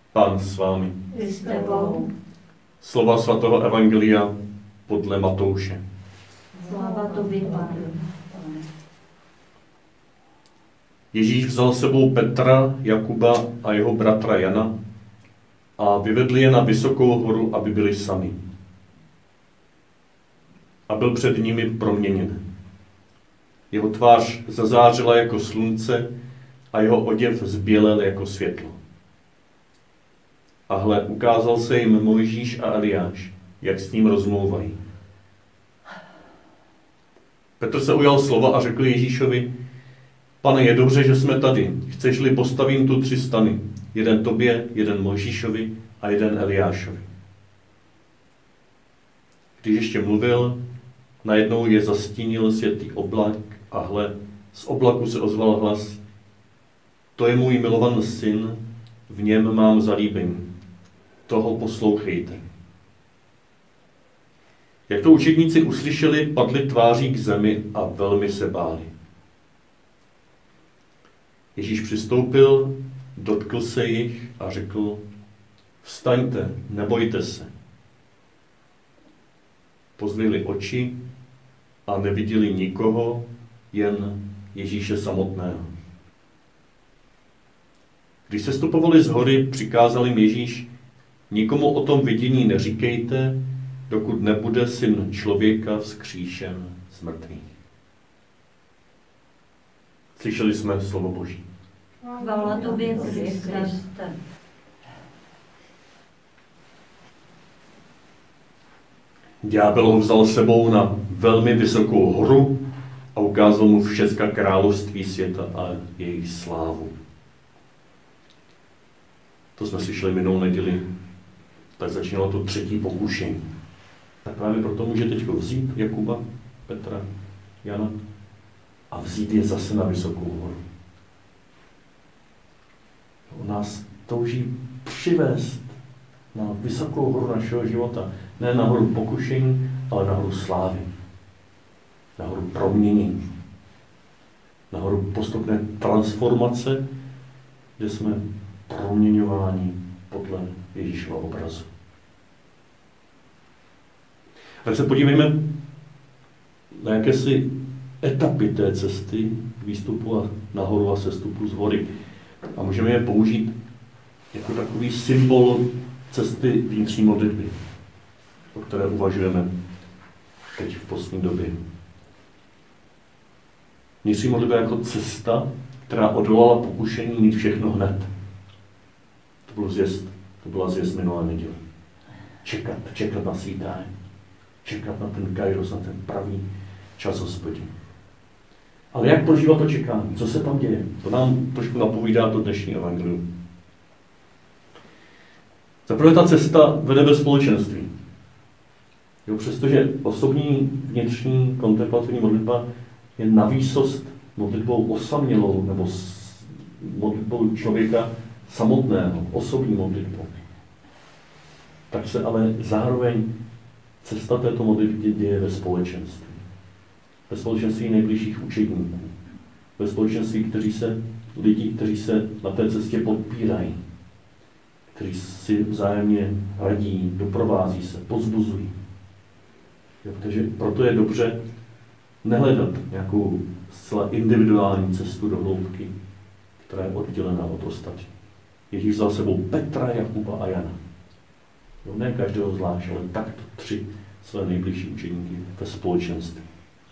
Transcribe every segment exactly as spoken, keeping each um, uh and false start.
Pán s vámi. I s tebou. Slova svatého evangelia podle Matouše. Sláva tobě, Pane. Ježíš vzal sebou Petra, Jakuba a jeho bratra Jana a vyvedli je na vysokou horu, aby byli sami. A byl před nimi proměněn. Jeho tvář zazářila jako slunce a jeho oděv zbělel jako světlo. A hle, ukázal se jim Mojžíš a Eliáš, jak s ním rozmlouvají. Petr se ujal slova a řekl Ježíšovi: Pane, je dobře, že jsme tady. Chceš-li, postavím tu tři stany. Jeden tobě, jeden Mojžíšovi a jeden Eliášovi. Když ještě mluvil, najednou je zastínil světlý oblak a hle, z oblaku se ozval hlas: To je můj milovaný syn, v něm mám zalíbení. Toho poslouchejte. Jak to učedníci uslyšeli, padli tváří k zemi a velmi se báli. Ježíš přistoupil, dotkl se jich a řekl: Vstaňte, nebojte se. Pozdvihli oči a neviděli nikoho, jen Ježíše samotného. Když se stupovali z hory, přikázal jim Ježíš: Nikomu o tom vidění neříkejte, dokud nebude Syn člověka vzkříšen z mrtvých. Slyšeli jsme slovo Boží. Chvála tobě, Kriste. Ďábel ho vzal sebou na velmi vysokou horu a ukázal mu všecka království světa a jejich slávu. To jsme slyšeli minulou neděli. Tak začínalo to třetí pokušení. Tak právě proto může teď vzít Jakuba, Petra, Jana a vzít je zase na vysokou horu. On nás touží přivést na vysokou horu našeho života. Ne na horu pokušení, ale na horu slávy. Na horu proměnění. Na horu postupné transformace, kde jsme proměňováni podle Ježíšova obrazu. Tak se podívejme na jakési etapy té cesty výstupu a nahoru a sestupu z hory. A můžeme je použít jako takový symbol cesty vnitřní modlitby, o které uvažujeme teď v poslední době. Vnitřní modlitba jako cesta, která odolala pokušení mít všechno hned. To byl zjezd, to byla zjezd minulé neděle. Čekat, čekat na svítání. Čekat na ten kairos, na ten pravý čas Hospodin. Ale jak prožívat to čekání? Co se tam děje? To nám trošku napovídá to dnešní evangelium. Zaprvé ta cesta vede ve společenství. Jo, přestože osobní vnitřní kontemplativní modlitba je navýsost modlitbou osamělou nebo modlitbou člověka samotného, osobní modlitbou, tak se ale zároveň cesta této modlitby děje ve společenství. Ve společenství nejbližších učedníků. Ve společenství kteří se, lidí, kteří se na té cestě podpírají. Kteří si vzájemně radí, doprovází se, povzbuzují. Takže proto je dobře nehledat nějakou zcela individuální cestu do hloubky, která je oddělená od ostatních. Ježíš vzal sebou Petra, Jakuba a Jana. Jo, ne každého zvlášť, ale takto tři své nejbližší učeníky ve společenství.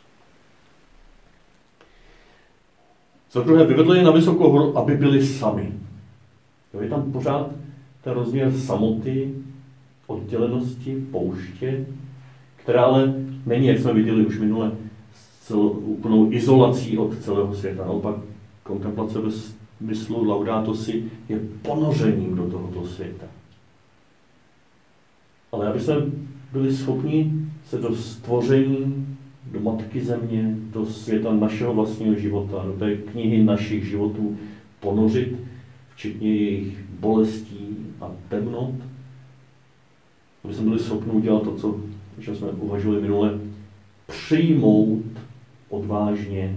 Za druhé, vyvedl je na vysokou horu, aby byli sami. Jo, je tam pořád ten rozměr samoty, oddělenosti, pouště, která ale není, jak jsme viděli už minule, celou, úplnou izolací od celého světa. Naopak kontemplace ve smyslu Laudato si je ponořením do tohoto světa. Ale aby jsme byli schopni se do stvoření, do Matky Země, do světa našeho vlastního života, do té knihy našich životů ponořit, včetně jejich bolestí a temnot, aby jsme byli schopni udělat to, co že jsme uvažovali minule, přijmout odvážně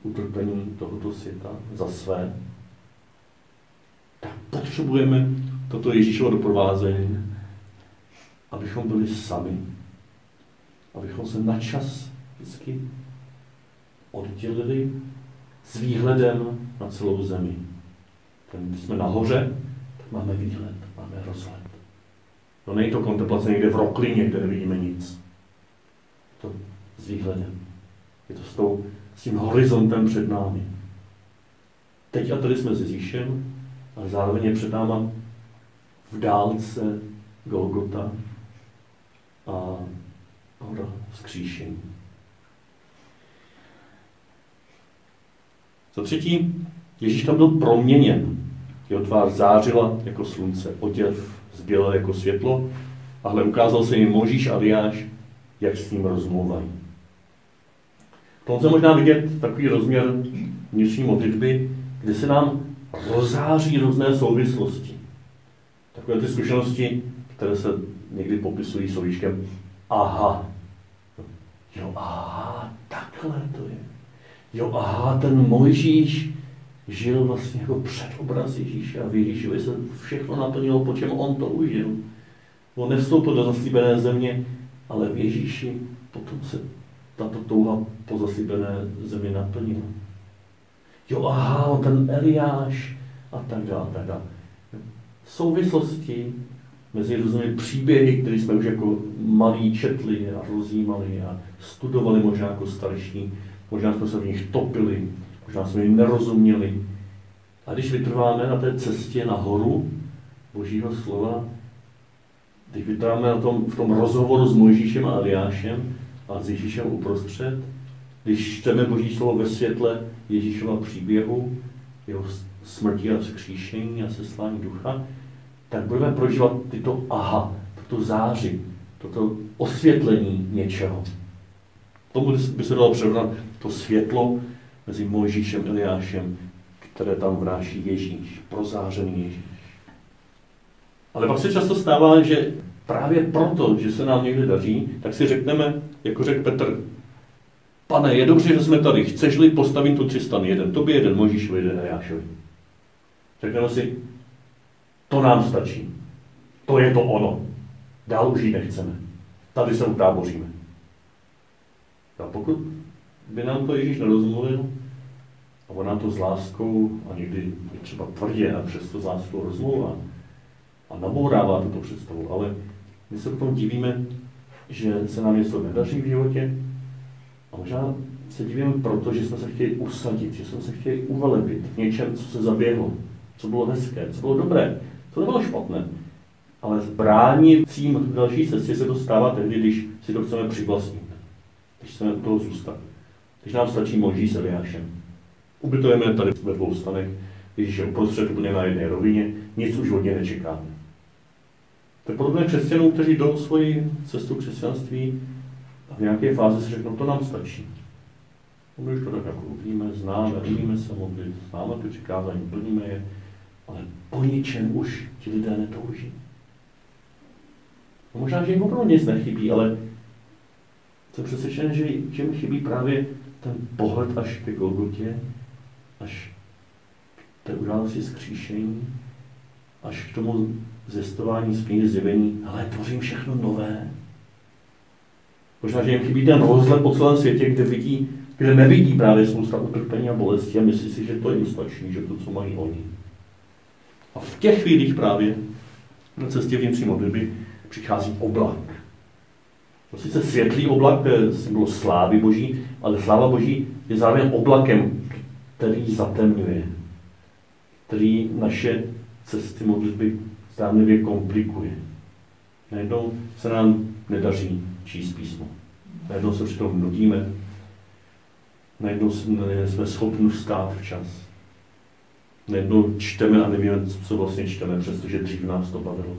utrpení tohoto světa za své, tak potřebujeme toto Ježíšovo doprovázení, abychom byli sami, abychom se na čas vždycky oddělili s výhledem na celou zemi. Když jsme nahoře, tak máme výhled, máme rozhled. To není to kontemplace někde v roklině, kde nevidíme nic. To s výhledem. Je to s, tou, s tím horizontem před námi. Teď a tady jsme s Ježíšem, ale zároveň je před náma v dálce Golgota a hora vzkříšení. Za třetí, Ježíš tam byl proměněn. Jeho tvář zářila jako slunce, oděv zbělel jako světlo, a hle, ukázal se jim Mojžíš a Eliáš, jak s ním rozmluvají. V tom se možná vidět takový rozměr vnitřní modlitby, kde se nám rozáří různé souvislosti. Takové ty zkušenosti, které se někdy popisují slovíčkem aha. Jo, aha, takhle to je. Jo, aha, ten Mojžíš žil vlastně jako předobraz Ježíše a v Ježíšovi se všechno naplnilo, po čem on to užil. On nevstoupil do zaslíbené země, ale v Ježíši potom se tato touha po zaslíbené zemi naplnila. Jo, aha, ten Eliáš a tak dále, tak dále. Souvislosti mezi různými příběhy, které jsme už jako malí četli a rozjímali a studovali možná jako starší, možná jsme se v nich topili, možná jsme jim nerozuměli. A když vytrváme na té cestě nahoru Božího slova, když vytrváme na tom, v tom rozhovoru s Mojžíšem a Eliášem a s Ježíšem uprostřed, když čteme Boží slovo ve světle Ježíšova příběhu, jeho smrti a vzkříšení a seslání ducha, tak budeme prožívat tyto aha, toto záři, toto osvětlení něčeho. Tomu by se dalo přerovnat to světlo mezi Mojžíšem a Eliášem, které tam vnáší Ježíš, prozářený Ježíš. Ale pak se často stává, že právě proto, že se nám někde daří, tak si řekneme, jako řekl Petr, Pane, je dobře, že jsme tady, chceš-li postavit tu tři stany, jeden tobě, jeden Mojžíšovi, jeden Eliášovi. Řekneme si, to nám stačí. To je to ono. Dál už jít nechceme. Tady se utáboříme. A pokud by nám to Ježíš nerozmluvil, a on nám to s láskou, a někdy třeba tvrdě, a přesto s láskou rozmluvá, a nabourává tuto představu, ale my se potom divíme, že se nám něco nedaří v životě, a možná se divíme proto, že jsme se chtěli usadit, že jsme se chtěli uvelepit v něčem, co se zaběhlo, co bylo hezké, co bylo dobré, co nebylo špatné. Ale bránícím v další cestě se to stává tehdy, když si to chceme přivlastnit. Když chceme u toho zůstat. Když nám stačí Mojžíš s Eliášem. Ubytujeme tady ve dvou stanech, Ježíš je uprostřed úplně na jedné rovině, nic už od něj nečekáme. To je podobné křesťanům, kteří jdou svoji cestu křesťanství a v nějaké fázi si řeknou, to nám stačí. My už to tak jako umíme, známe, umíme se modlit, známe ty přikázání, plníme je, ale po ničem už ti lidé netouží. No možná, že jim opravdu nic nechybí, ale jsem přesvědčen, že jim chybí právě ten pohled až ke Golgotě, až k té události vzkříšení, až k tomu zjistování z knihy Zjevení, ale tvořím všechno nové. Možná, že jim chybí ten rozhled po celém světě, kde vidí, kde nevidí právě spousta utrpení a bolesti a myslí si, že to jim stačí, že to, co mají oni. A v těch chvílích právě na cestě vnitřní modlitby přichází oblak. To sice světlý oblak, to je symbol slávy Boží, ale sláva Boží je zároveň oblakem, který zatemňuje, který naše cesty modlitby zdánlivě komplikuje. Najednou se nám nedaří číst písmo. Najednou se přitom nudíme, najednou jsme schopni vstát včas. Najednou čteme a nevíme, co vlastně čteme, přestože dřív nás to bavilo.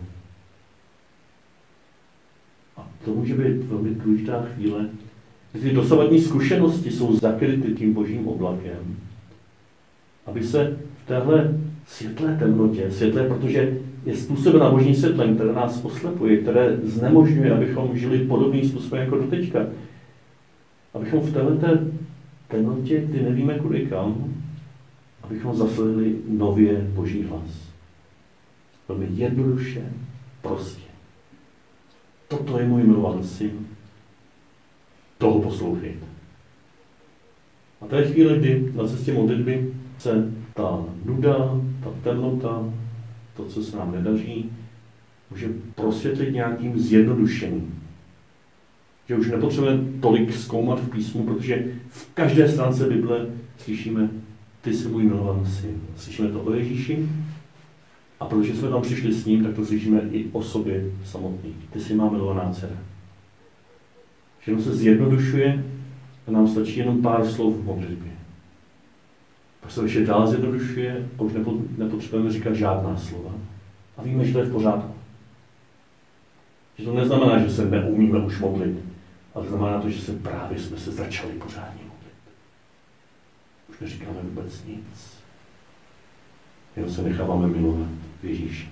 A to může být velmi důležitá chvíle, kdy ty dosavadní zkušenosti jsou zakryty tím Božím oblakem, aby se v téhle světlé temnotě, světlé, protože je způsobena Božím světlem, které nás oslepuje, které znemožňuje, abychom žili podobným způsobem jako doteďka. Abychom v této temnotě, kdy nevíme kudy kam, abychom zaslechli nově Boží hlas. Velmi jednoduše, prostě. Toto je můj milovaný syn. Toho poslouchejte. A to je chvíle, kdy na cestě modlitby se ta nuda, ta temnota, to, co se nám nedaří, může prosvětlit nějakým zjednodušením. Že už nepotřebujeme tolik zkoumat v písmu, protože v každé stránce Bible slyšíme, ty jsi můj milovaný syn. Slyšíme to o Ježíši a protože jsme tam přišli s ním, tak to slyšíme i o sobě samotný. Ty jsi má milovaná dcera. Všechno se zjednodušuje a nám stačí jenom pár slov v modlitbě. Pak se ještě dál zjednodušuje a už nepotřebujeme říkat žádná slova. A víme, že to je v pořádku. Že to neznamená, že se neumíme už modlit, ale znamená to, že se právě jsme se začali pořádně modlit. Už neříkáme vůbec nic. Jenom se necháváme milovat v Ježíši.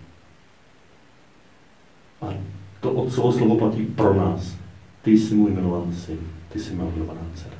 A to otcovo slovo platí pro nás. Ty jsi můj milovaný syn, ty jsi má milovaná dcera.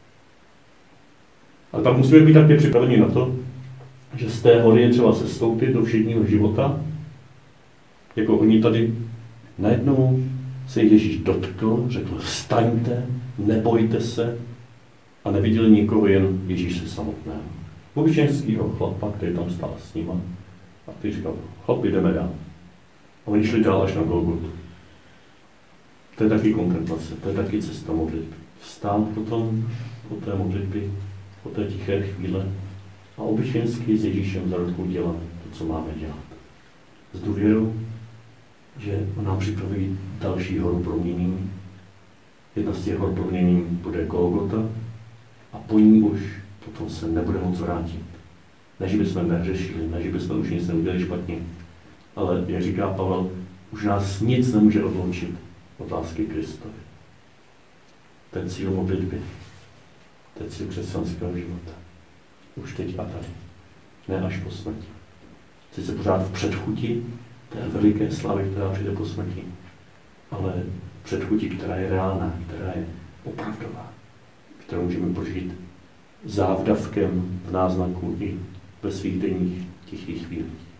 Ale pak musíme být také připraveni na to, že z té hory je třeba sestoupit do všedního života. Jako oni tady najednou se Ježíš dotkl, řekl vstaňte, nebojte se a neviděl nikoho, jen Ježíše samotného. Obyčejného chlapa, který tam stál s nima a který říkal, chlapi, jdeme dál. A oni šli dál až na Golgotu. To je taky kontemplace, to je taky cesta modlitby. Vstát potom po té modlitby, po té tiché chvíle a obyčejnsky s Ježíšem za ruku dělat to, co máme dělat. S důvěrou, že on nám připraví další horu proměnění. Jedna z těch hor proměnění bude Golgota a po ní už potom se nebude moc vrátit. Ne, že bychom nehřešili, ne, že bychom už nic neudělali špatně, ale, jak říká Pavel, už nás nic nemůže odloučit od lásky Kristovi. To je cíl modlitby. To je cíl křesťanského života. Už teď a tady. Ne až po smrti. Sice pořád v předchuti té veliké slávy, která přijde po smrti, ale v předchuti, která je reálná, která je opravdová, kterou můžeme prožít závdavkem v náznaku i ve svých denních tichých chvílích.